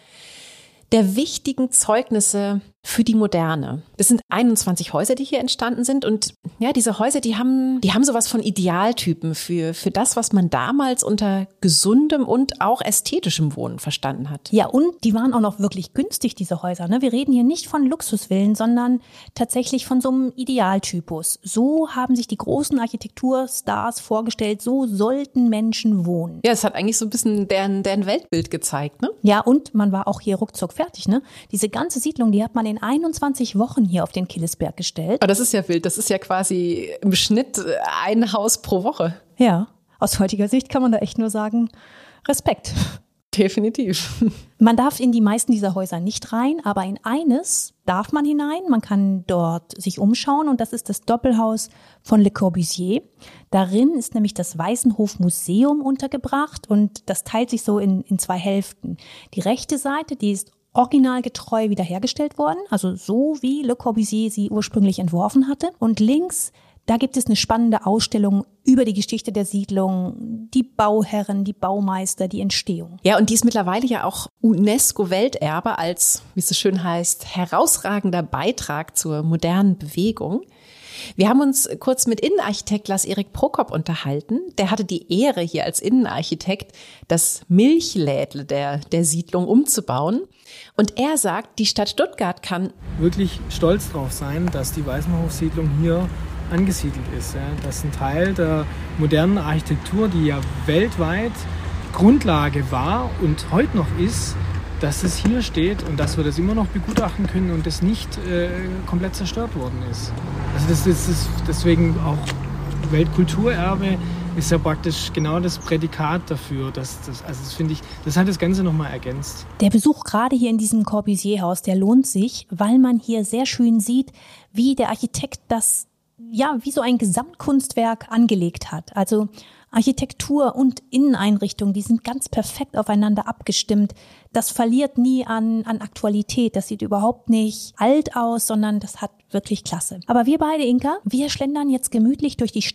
wichtigen Zeugnisse für die Moderne. Das sind 21 Häuser, die hier entstanden sind. Und ja, diese Häuser, die haben sowas von Idealtypen für das, was man damals unter gesundem und auch ästhetischem Wohnen verstanden hat. Ja, und die waren auch noch wirklich günstig, diese Häuser, ne? Wir reden hier nicht von Luxusvillen, sondern tatsächlich von so einem Idealtypus. So haben sich die großen Architekturstars vorgestellt, so sollten Menschen wohnen. Ja, es hat eigentlich so ein bisschen deren Weltbild gezeigt, ne? Ja, und man war auch hier ruckzuck fertig, ne? Diese ganze Siedlung, die hat man in 21 Wochen hier auf den Killesberg gestellt. Aber das ist ja wild. Das ist ja quasi im Schnitt ein Haus pro Woche. Ja, aus heutiger Sicht kann man da echt nur sagen, Respekt. Definitiv. Man darf in die meisten dieser Häuser nicht rein, aber in eines darf man hinein. Man kann dort sich umschauen und das ist das Doppelhaus von Le Corbusier. Darin ist nämlich das Weißenhof-Museum untergebracht und das teilt sich so in 2 Hälften. Die rechte Seite, die ist originalgetreu wiederhergestellt worden, also so wie Le Corbusier sie ursprünglich entworfen hatte. Und links, da gibt es eine spannende Ausstellung über die Geschichte der Siedlung, die Bauherren, die Baumeister, die Entstehung. Ja, und die ist mittlerweile ja auch UNESCO-Welterbe als, wie es so schön heißt, herausragender Beitrag zur modernen Bewegung. Wir haben uns kurz mit Innenarchitekt Lars-Erik Prokop unterhalten. Der hatte die Ehre, hier als Innenarchitekt das Milchlädle der Siedlung umzubauen. Und er sagt, die Stadt Stuttgart kann wirklich stolz drauf sein, dass die Weißenhofsiedlung hier angesiedelt ist. Das ist ein Teil der modernen Architektur, die ja weltweit Grundlage war und heute noch ist, dass es hier steht und dass wir das immer noch begutachten können und das nicht komplett zerstört worden ist. Also das ist deswegen auch Weltkulturerbe ist ja praktisch genau das Prädikat dafür. Das finde ich, das hat das Ganze nochmal ergänzt. Der Besuch gerade hier in diesem Corbusier-Haus, der lohnt sich, weil man hier sehr schön sieht, wie der Architekt das wie so ein Gesamtkunstwerk angelegt hat. Also Architektur und Inneneinrichtung, die sind ganz perfekt aufeinander abgestimmt. Das verliert nie an Aktualität. Das sieht überhaupt nicht alt aus, sondern das hat wirklich Klasse. Aber wir beide, Inka, wir schlendern jetzt gemütlich durch die Stadt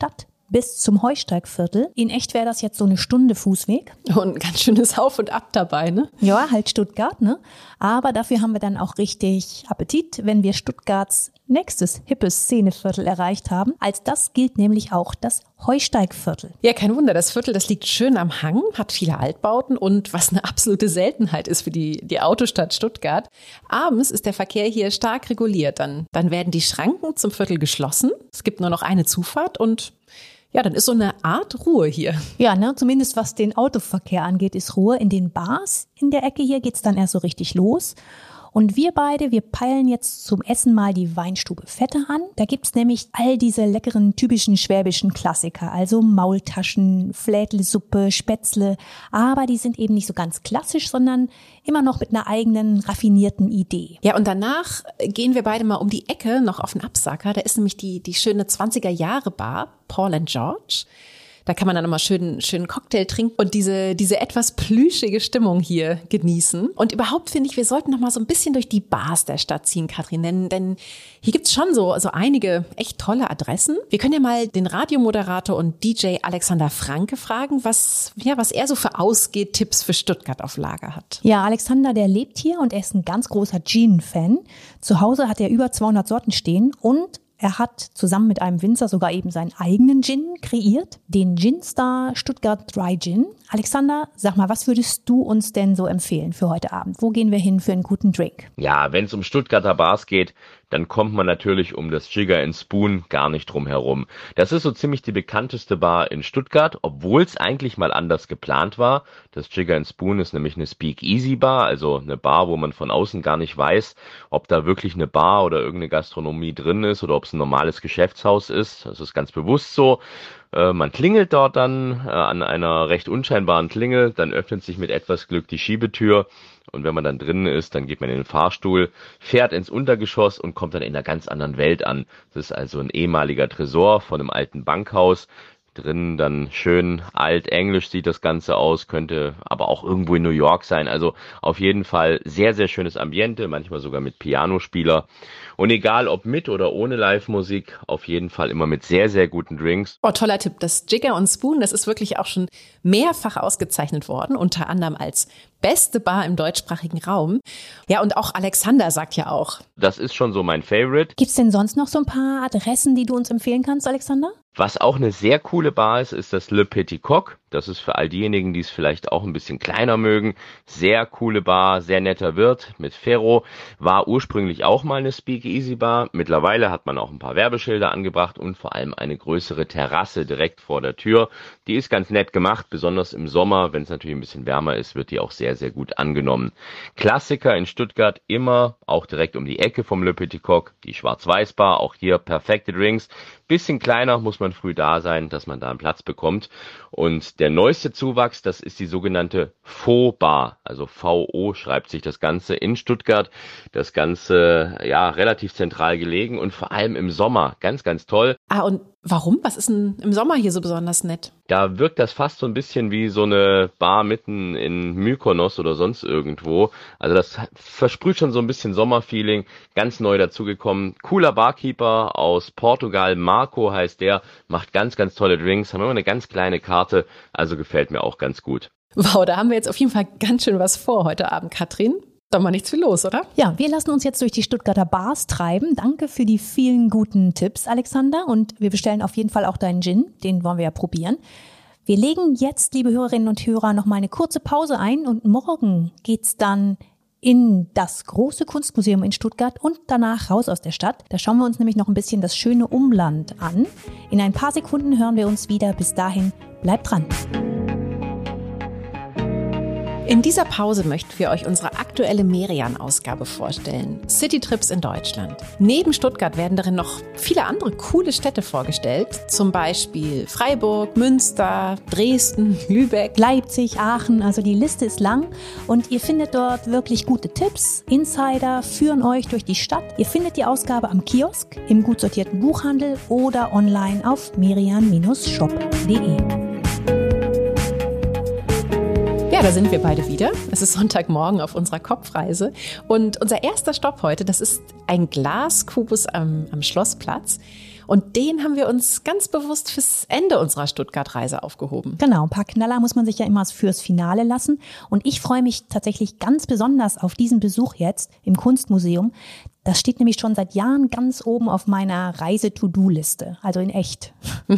bis zum Heusteigviertel. In echt wäre das jetzt so eine Stunde Fußweg. Und ein ganz schönes Auf und Ab dabei, ne? Ja, halt Stuttgart, ne? Aber dafür haben wir dann auch richtig Appetit, wenn wir Stuttgarts nächstes hippes Szeneviertel erreicht haben. Als das gilt nämlich auch das Heusteigviertel. Ja, kein Wunder. Das Viertel, das liegt schön am Hang, hat viele Altbauten und was eine absolute Seltenheit ist für die Autostadt Stuttgart. Abends ist der Verkehr hier stark reguliert. Dann werden die Schranken zum Viertel geschlossen. Es gibt nur noch eine Zufahrt und ja, dann ist so eine Art Ruhe hier. Ja, ne, zumindest was den Autoverkehr angeht, ist Ruhe. In den Bars in der Ecke hier geht's dann erst so richtig los. Und wir peilen jetzt zum Essen mal die Weinstube Vetter an. Da gibt's nämlich all diese leckeren, typischen schwäbischen Klassiker. Also Maultaschen, Flädlesuppe, Spätzle. Aber die sind eben nicht so ganz klassisch, sondern immer noch mit einer eigenen, raffinierten Idee. Ja, und danach gehen wir beide mal um die Ecke noch auf den Absacker. Da ist nämlich die schöne 20er-Jahre-Bar, Paul & George. Da kann man dann immer schön Cocktail trinken und diese etwas plüschige Stimmung hier genießen. Und überhaupt finde ich, wir sollten noch mal so ein bisschen durch die Bars der Stadt ziehen, Katrin. Denn hier gibt's schon so einige echt tolle Adressen. Wir können ja mal den Radiomoderator und DJ Alexander Franke fragen, was er so für Ausgehtipps für Stuttgart auf Lager hat. Ja, Alexander, der lebt hier und er ist ein ganz großer Gin-Fan. Zu Hause hat er über 200 Sorten stehen und er hat zusammen mit einem Winzer sogar eben seinen eigenen Gin kreiert, den Gin Star Stuttgart Dry Gin. Alexander, sag mal, was würdest du uns denn so empfehlen für heute Abend? Wo gehen wir hin für einen guten Drink? Ja, wenn es um Stuttgarter Bars geht, dann kommt man natürlich um das Jigger & Spoon gar nicht drum herum. Das ist so ziemlich die bekannteste Bar in Stuttgart, obwohl es eigentlich mal anders geplant war. Das Jigger & Spoon ist nämlich eine Speak-Easy-Bar, also eine Bar, wo man von außen gar nicht weiß, ob da wirklich eine Bar oder irgendeine Gastronomie drin ist oder ob es ein normales Geschäftshaus ist. Das ist ganz bewusst so. Man klingelt dort dann an einer recht unscheinbaren Klingel, dann öffnet sich mit etwas Glück die Schiebetür und wenn man dann drinnen ist, dann geht man in den Fahrstuhl, fährt ins Untergeschoss und kommt dann in einer ganz anderen Welt an. Das ist also ein ehemaliger Tresor von einem alten Bankhaus. Drinnen dann schön altenglisch sieht das Ganze aus, könnte aber auch irgendwo in New York sein. Also auf jeden Fall sehr, sehr schönes Ambiente, manchmal sogar mit Pianospieler. Und egal ob mit oder ohne Live-Musik, auf jeden Fall immer mit sehr, sehr guten Drinks. Oh, toller Tipp. Das Jigger & Spoon, das ist wirklich auch schon mehrfach ausgezeichnet worden, unter anderem als beste Bar im deutschsprachigen Raum. Ja, und auch Alexander sagt ja auch. Das ist schon so mein Favorite. Gibt's denn sonst noch so ein paar Adressen, die du uns empfehlen kannst, Alexander? Was auch eine sehr coole Bar ist das Le Petit Coq. Das ist für all diejenigen, die es vielleicht auch ein bisschen kleiner mögen. Sehr coole Bar, sehr netter Wirt mit Ferro. War ursprünglich auch mal eine Speak-Easy-Bar. Mittlerweile hat man auch ein paar Werbeschilder angebracht und vor allem eine größere Terrasse direkt vor der Tür. Die ist ganz nett gemacht, besonders im Sommer, wenn es natürlich ein bisschen wärmer ist, wird die auch sehr, sehr gut angenommen. Klassiker in Stuttgart immer, auch direkt um die Ecke vom Le Petit Coq, die Schwarz-Weiß-Bar, auch hier perfekte Drinks. Bisschen kleiner, muss man früh da sein, dass man da einen Platz bekommt. Und der neueste Zuwachs, das ist die sogenannte Faux-Bar. Also VO schreibt sich das Ganze in Stuttgart. Das Ganze, ja, relativ zentral gelegen und vor allem im Sommer ganz, ganz toll. Und warum? Was ist denn im Sommer hier so besonders nett? Da wirkt das fast so ein bisschen wie so eine Bar mitten in Mykonos oder sonst irgendwo. Also das versprüht schon so ein bisschen Sommerfeeling. Ganz neu dazugekommen. Cooler Barkeeper aus Portugal, Marco heißt der, macht ganz, ganz tolle Drinks, haben immer eine ganz kleine Karte, also gefällt mir auch ganz gut. Wow, da haben wir jetzt auf jeden Fall ganz schön was vor heute Abend, Katrin. Doch mal nichts viel los, oder? Ja, wir lassen uns jetzt durch die Stuttgarter Bars treiben. Danke für die vielen guten Tipps, Alexander. Und wir bestellen auf jeden Fall auch deinen Gin. Den wollen wir ja probieren. Wir legen jetzt, liebe Hörerinnen und Hörer, noch mal eine kurze Pause ein. Und morgen geht's dann in das große Kunstmuseum in Stuttgart und danach raus aus der Stadt. Da schauen wir uns nämlich noch ein bisschen das schöne Umland an. In ein paar Sekunden hören wir uns wieder. Bis dahin, bleibt dran. In dieser Pause möchten wir euch unsere aktuelle Merian-Ausgabe vorstellen. Citytrips in Deutschland. Neben Stuttgart werden darin noch viele andere coole Städte vorgestellt. Zum Beispiel Freiburg, Münster, Dresden, Lübeck, Leipzig, Aachen. Also die Liste ist lang und ihr findet dort wirklich gute Tipps. Insider führen euch durch die Stadt. Ihr findet die Ausgabe am Kiosk, im gut sortierten Buchhandel oder online auf merian-shop.de. Ja, da sind wir beide wieder. Es ist Sonntagmorgen auf unserer Kopfreise. Und unser erster Stopp heute, das ist ein Glaskubus am Schlossplatz. Und den haben wir uns ganz bewusst fürs Ende unserer Stuttgart-Reise aufgehoben. Genau, ein paar Knaller muss man sich ja immer fürs Finale lassen. Und ich freue mich tatsächlich ganz besonders auf diesen Besuch jetzt im Kunstmuseum. Das steht nämlich schon seit Jahren ganz oben auf meiner Reise-to-do-Liste, also in echt.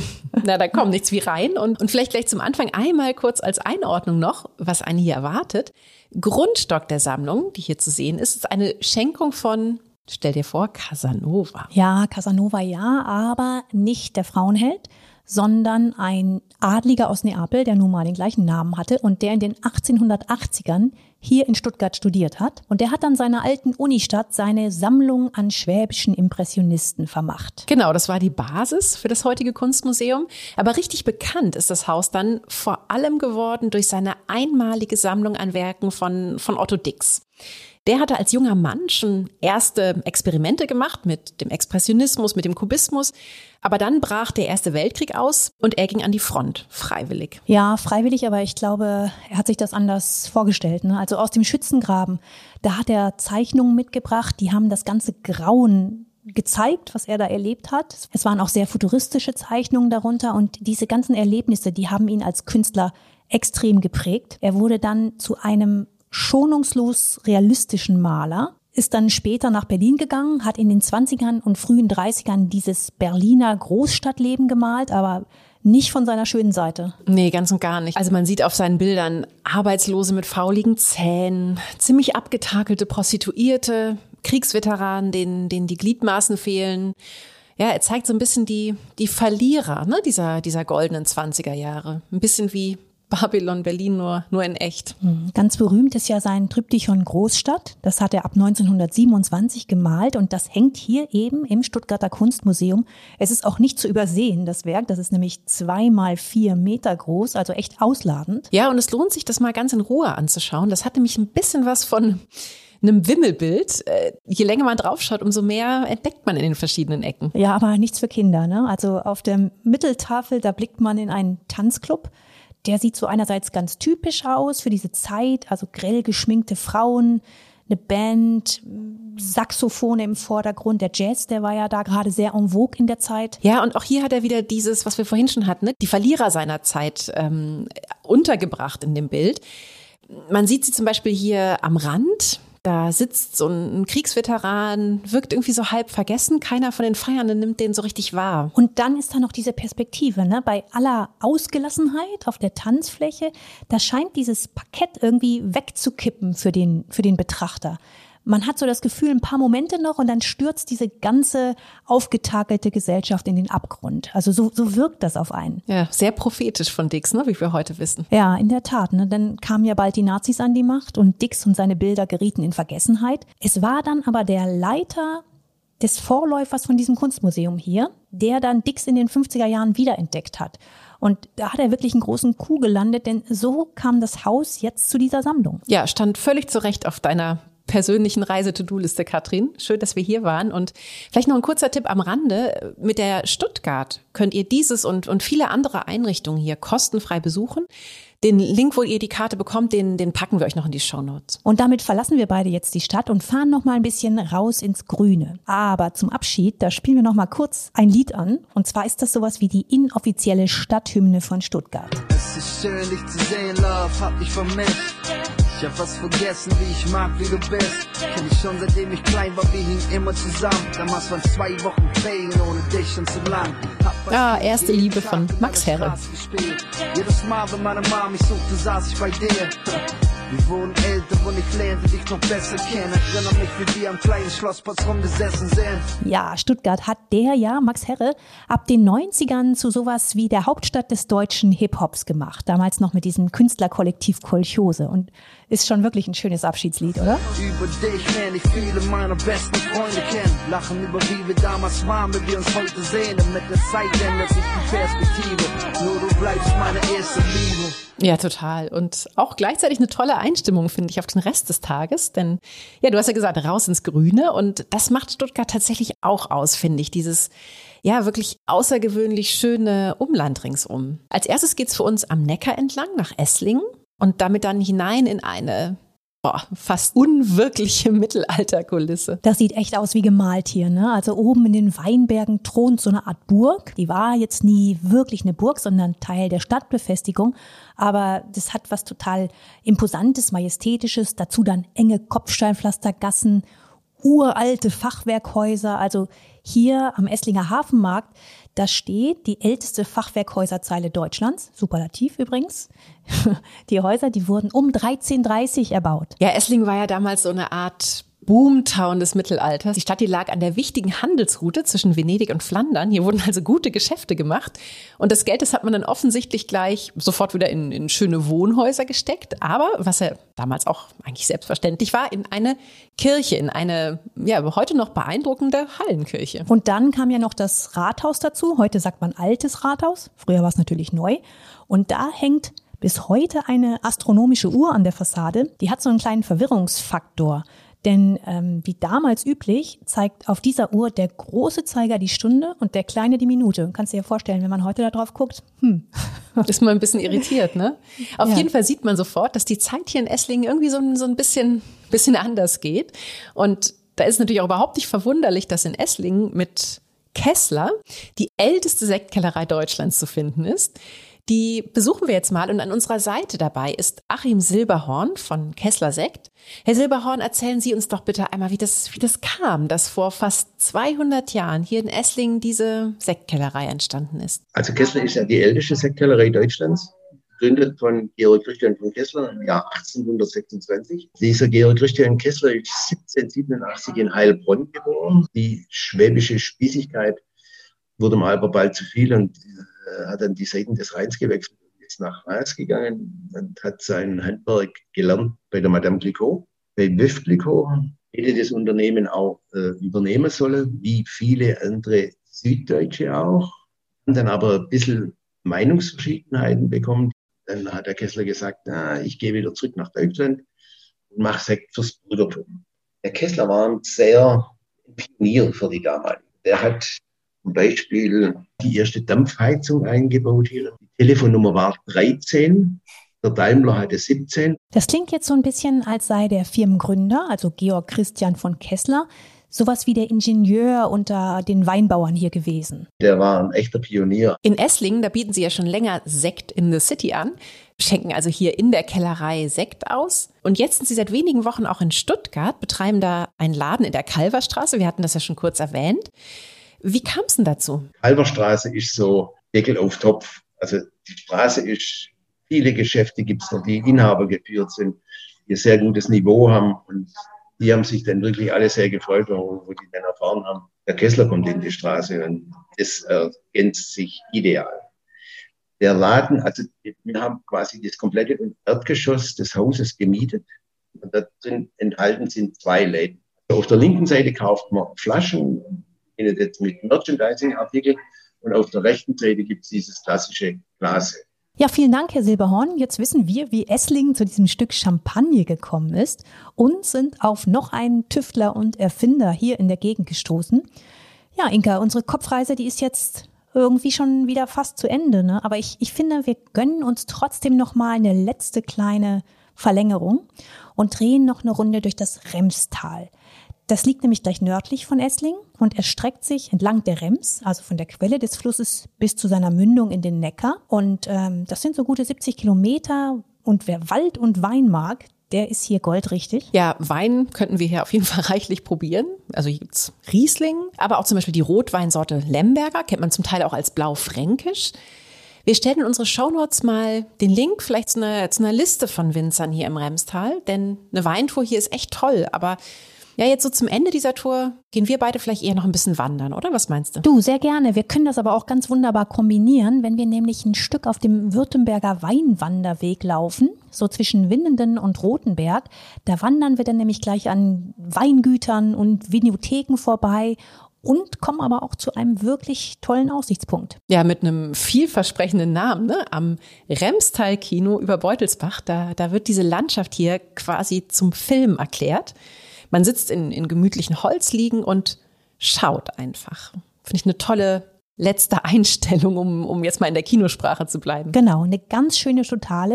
Na, da kommt nichts wie rein. Und vielleicht gleich zum Anfang einmal kurz als Einordnung noch, was einen hier erwartet. Grundstock der Sammlung, die hier zu sehen ist, ist eine Schenkung von, stell dir vor, Casanova. Ja, Casanova ja, aber nicht der Frauenheld, sondern ein Adliger aus Neapel, der nun mal den gleichen Namen hatte und der in den 1880ern hier in Stuttgart studiert hat. Und der hat dann seiner alten Unistadt seine Sammlung an schwäbischen Impressionisten vermacht. Genau, das war die Basis für das heutige Kunstmuseum. Aber richtig bekannt ist das Haus dann vor allem geworden durch seine einmalige Sammlung an Werken von Otto Dix. Der hatte als junger Mann schon erste Experimente gemacht mit dem Expressionismus, mit dem Kubismus. Aber dann brach der Erste Weltkrieg aus und er ging an die Front, freiwillig. Ja, freiwillig, aber ich glaube, er hat sich das anders vorgestellt, ne? Also aus dem Schützengraben, da hat er Zeichnungen mitgebracht, die haben das ganze Grauen gezeigt, was er da erlebt hat. Es waren auch sehr futuristische Zeichnungen darunter und diese ganzen Erlebnisse, die haben ihn als Künstler extrem geprägt. Er wurde dann zu einem schonungslos realistischen Maler, ist dann später nach Berlin gegangen, hat in den 20ern und frühen 30ern dieses Berliner Großstadtleben gemalt, aber nicht von seiner schönen Seite. Nee, ganz und gar nicht. Also man sieht auf seinen Bildern Arbeitslose mit fauligen Zähnen, ziemlich abgetakelte Prostituierte, Kriegsveteranen, denen die Gliedmaßen fehlen. Ja, er zeigt so ein bisschen die Verlierer, ne, dieser goldenen 20er Jahre. Ein bisschen wie Babylon Berlin, nur in echt. Ganz berühmt ist ja sein Triptychon Großstadt. Das hat er ab 1927 gemalt und das hängt hier eben im Stuttgarter Kunstmuseum. Es ist auch nicht zu übersehen, das Werk. Das ist nämlich 2 mal 4 Meter groß, also echt ausladend. Ja, und es lohnt sich, das mal ganz in Ruhe anzuschauen. Das hat nämlich ein bisschen was von einem Wimmelbild. Je länger man draufschaut, umso mehr entdeckt man in den verschiedenen Ecken. Ja, aber nichts für Kinder, ne? Also auf der Mitteltafel, da blickt man in einen Tanzclub. Der sieht so einerseits ganz typisch aus für diese Zeit, also grell geschminkte Frauen, eine Band, Saxophone im Vordergrund. Der Jazz, der war ja da gerade sehr en vogue in der Zeit. Ja, und auch hier hat er wieder dieses, was wir vorhin schon hatten, ne? Die Verlierer seiner Zeit untergebracht in dem Bild. Man sieht sie zum Beispiel hier am Rand. Da sitzt so ein Kriegsveteran, wirkt irgendwie so halb vergessen. Keiner von den Feiernden nimmt den so richtig wahr. Und dann ist da noch diese Perspektive, ne? Bei aller Ausgelassenheit auf der Tanzfläche, da scheint dieses Parkett irgendwie wegzukippen für den Betrachter. Man hat so das Gefühl, ein paar Momente noch und dann stürzt diese ganze aufgetakelte Gesellschaft in den Abgrund. Also so wirkt das auf einen. Ja, sehr prophetisch von Dix, ne, wie wir heute wissen. Ja, in der Tat. Ne? Dann kamen ja bald die Nazis an die Macht und Dix und seine Bilder gerieten in Vergessenheit. Es war dann aber der Leiter des Vorläufers von diesem Kunstmuseum hier, der dann Dix in den 50er Jahren wiederentdeckt hat. Und da hat er wirklich einen großen Coup gelandet, denn so kam das Haus jetzt zu dieser Sammlung. Ja, stand völlig zu Recht auf deiner persönlichen Reise-to-do-Liste, Katrin. Schön, dass wir hier waren. Und vielleicht noch ein kurzer Tipp am Rande. Mit der Stuttgart könnt ihr dieses und viele andere Einrichtungen hier kostenfrei besuchen. Den Link, wo ihr die Karte bekommt, den packen wir euch noch in die Shownotes. Und damit verlassen wir beide jetzt die Stadt und fahren noch mal ein bisschen raus ins Grüne. Aber zum Abschied, da spielen wir noch mal kurz ein Lied an. Und zwar ist das sowas wie die inoffizielle Stadthymne von Stuttgart. Es ist schön, dich zu sehen, Love, hab dich vermisst. Ich hab was vergessen, wie ich mag, wie du bist. Kenn ich schon seitdem ich klein war, wir hingen immer zusammen. Damals waren 2 Wochen Ferien ohne dich schon zu lang. Ja, erste Liebe von Max Herre. Jedes Mal, wenn meine Mom mich suchte, saß ich bei dir. Wir wurden älter und ich lernte dich noch besser kennen. Erinnere mich, wie wir am kleinen Schlossplatz rumgesessen sind. Ja, Stuttgart hat Max Herre, ab den 90ern zu sowas wie der Hauptstadt des deutschen Hip-Hops gemacht. Damals noch mit diesem Künstlerkollektiv Kolchose. Und ist schon wirklich ein schönes Abschiedslied, oder? Über dich lerne ich viele meiner besten Freunde kennen. Lachen über wie wir damals waren, wenn wir uns heute sehen. Und mit der Zeit ändert sich die Perspektive. Nur du bleibst meine erste Liebe. Ja, total. Und auch gleichzeitig eine tolle Einstimmung, finde ich, auf den Rest des Tages. Denn, ja, du hast ja gesagt, raus ins Grüne. Und das macht Stuttgart tatsächlich auch aus, finde ich. Dieses, ja, wirklich außergewöhnlich schöne Umland ringsum. Als erstes geht's für uns am Neckar entlang nach Esslingen und damit dann hinein in eine fast unwirkliche Mittelalterkulisse. Das sieht echt aus wie gemalt hier, ne? Also oben in den Weinbergen thront so eine Art Burg. Die war jetzt nie wirklich eine Burg, sondern Teil der Stadtbefestigung. Aber das hat was total Imposantes, Majestätisches. Dazu dann enge Kopfsteinpflastergassen, uralte Fachwerkhäuser. Also hier am Esslinger Hafenmarkt, da steht die älteste Fachwerkhäuserzeile Deutschlands. Superlativ übrigens. Die Häuser, die wurden um 1330 erbaut. Ja, Esslingen war ja damals so eine Art Boomtown des Mittelalters. Die Stadt, die lag an der wichtigen Handelsroute zwischen Venedig und Flandern. Hier wurden also gute Geschäfte gemacht. Und das Geld, das hat man dann offensichtlich gleich sofort wieder in schöne Wohnhäuser gesteckt. Aber, was ja damals auch eigentlich selbstverständlich war, in eine Kirche, in eine heute noch beeindruckende Hallenkirche. Und dann kam ja noch das Rathaus dazu. Heute sagt man altes Rathaus. Früher war es natürlich neu. Und da hängt bis heute eine astronomische Uhr an der Fassade. Die hat so einen kleinen Verwirrungsfaktor. Denn wie damals üblich, zeigt auf dieser Uhr der große Zeiger die Stunde und der kleine die Minute. Kannst du dir vorstellen, wenn man heute da drauf guckt? Ist man ein bisschen irritiert, ne? Auf jeden Fall sieht man sofort, dass die Zeit hier in Esslingen irgendwie so ein bisschen anders geht. Und da ist natürlich auch überhaupt nicht verwunderlich, dass in Esslingen mit Kessler die älteste Sektkellerei Deutschlands zu finden ist. Die besuchen wir jetzt mal und an unserer Seite dabei ist Achim Silberhorn von Kessler Sekt. Herr Silberhorn, erzählen Sie uns doch bitte einmal, wie das kam, dass vor fast 200 Jahren hier in Esslingen diese Sektkellerei entstanden ist. Also Kessler ist ja die älteste Sektkellerei Deutschlands, gegründet von Georg Christian von Kessler im Jahr 1826. Dieser Georg Christian Kessler ist 1787 in Heilbronn geboren. Die schwäbische Spießigkeit wurde ihm aber bald zu viel und hat dann die Seiten des Rheins gewechselt und ist nach Reims gegangen und hat sein Handwerk gelernt bei der Madame Clicquot. Bei Veuve Clicquot hätte das Unternehmen auch übernehmen sollen, wie viele andere Süddeutsche auch. Und dann aber ein bisschen Meinungsverschiedenheiten bekommen. Dann hat der Kessler gesagt, ich gehe wieder zurück nach Deutschland und mache Sekt fürs Brüdertum. Der Kessler war ein sehr Pionier für die damaligen. Der hat zum Beispiel die erste Dampfheizung eingebaut hier. Die Telefonnummer war 13, der Daimler hatte 17. Das klingt jetzt so ein bisschen, als sei der Firmengründer, also Georg Christian von Kessler, sowas wie der Ingenieur unter den Weinbauern hier gewesen. Der war ein echter Pionier. In Esslingen, da bieten sie ja schon länger Sekt in the City an, schenken also hier in der Kellerei Sekt aus. Und jetzt sind sie seit wenigen Wochen auch in Stuttgart, betreiben da einen Laden in der Kalverstraße. Wir hatten das ja schon kurz erwähnt. Wie kam es denn dazu? Kalverstraße ist so Deckel auf Topf. Also die Straße ist, viele Geschäfte gibt es noch, die Inhaber geführt sind, die ein sehr gutes Niveau haben. Und die haben sich dann wirklich alle sehr gefreut, wo die dann erfahren haben, der Kessler kommt in die Straße und das ergänzt sich ideal. Der Laden, also wir haben quasi das komplette Erdgeschoss des Hauses gemietet und da drin enthalten sind 2 Läden. Auf der linken Seite kauft man Flaschen, jetzt mit Merchandising-Artikel und auf der rechten Seite gibt es dieses klassische Glas. Ja, vielen Dank, Herr Silberhorn. Jetzt wissen wir, wie Esslingen zu diesem Stück Champagner gekommen ist und sind auf noch einen Tüftler und Erfinder hier in der Gegend gestoßen. Ja, Inka, unsere Kopfreise, die ist jetzt irgendwie schon wieder fast zu Ende, ne? Aber ich finde, wir gönnen uns trotzdem noch mal eine letzte kleine Verlängerung und drehen noch eine Runde durch das Remstal. Das liegt nämlich gleich nördlich von Esslingen und erstreckt sich entlang der Rems, also von der Quelle des Flusses bis zu seiner Mündung in den Neckar. Und das sind so gute 70 Kilometer. Und wer Wald und Wein mag, der ist hier goldrichtig. Ja, Wein könnten wir hier auf jeden Fall reichlich probieren. Also hier gibt's Riesling, aber auch zum Beispiel die Rotweinsorte Lemberger, kennt man zum Teil auch als Blaufränkisch. Wir stellen in unsere Shownotes mal den Link vielleicht zu einer Liste von Winzern hier im Remstal, denn eine Weintour hier ist echt toll, aber ja, jetzt so zum Ende dieser Tour gehen wir beide vielleicht eher noch ein bisschen wandern, oder? Was meinst du? Du, sehr gerne. Wir können das aber auch ganz wunderbar kombinieren, wenn wir nämlich ein Stück auf dem Württemberger Weinwanderweg laufen, so zwischen Winnenden und Rothenberg. Da wandern wir dann nämlich gleich an Weingütern und Vinotheken vorbei und kommen aber auch zu einem wirklich tollen Aussichtspunkt. Ja, mit einem vielversprechenden Namen, ne? Am Remstal-Kino über Beutelsbach, da wird diese Landschaft hier quasi zum Film erklärt. Man sitzt in gemütlichen Holzliegen und schaut einfach. Finde ich eine tolle letzte Einstellung, um jetzt mal in der Kinosprache zu bleiben. Genau, eine ganz schöne Totale.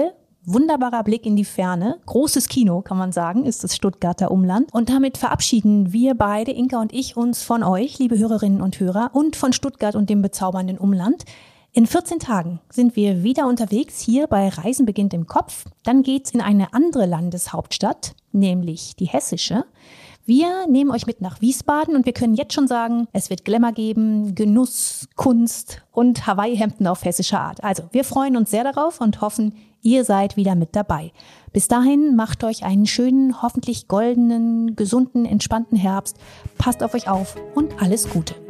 wunderbarer Blick in die Ferne. Großes Kino, kann man sagen, ist das Stuttgarter Umland. Und damit verabschieden wir beide, Inka und ich, uns von euch, liebe Hörerinnen und Hörer, und von Stuttgart und dem bezaubernden Umland. In 14 Tagen sind wir wieder unterwegs hier bei Reisen beginnt im Kopf. Dann geht's in eine andere Landeshauptstadt, nämlich die hessische. Wir nehmen euch mit nach Wiesbaden und wir können jetzt schon sagen, es wird Glamour geben, Genuss, Kunst und Hawaii-Hemden auf hessische Art. Also wir freuen uns sehr darauf und hoffen, ihr seid wieder mit dabei. Bis dahin macht euch einen schönen, hoffentlich goldenen, gesunden, entspannten Herbst. Passt auf euch auf und alles Gute.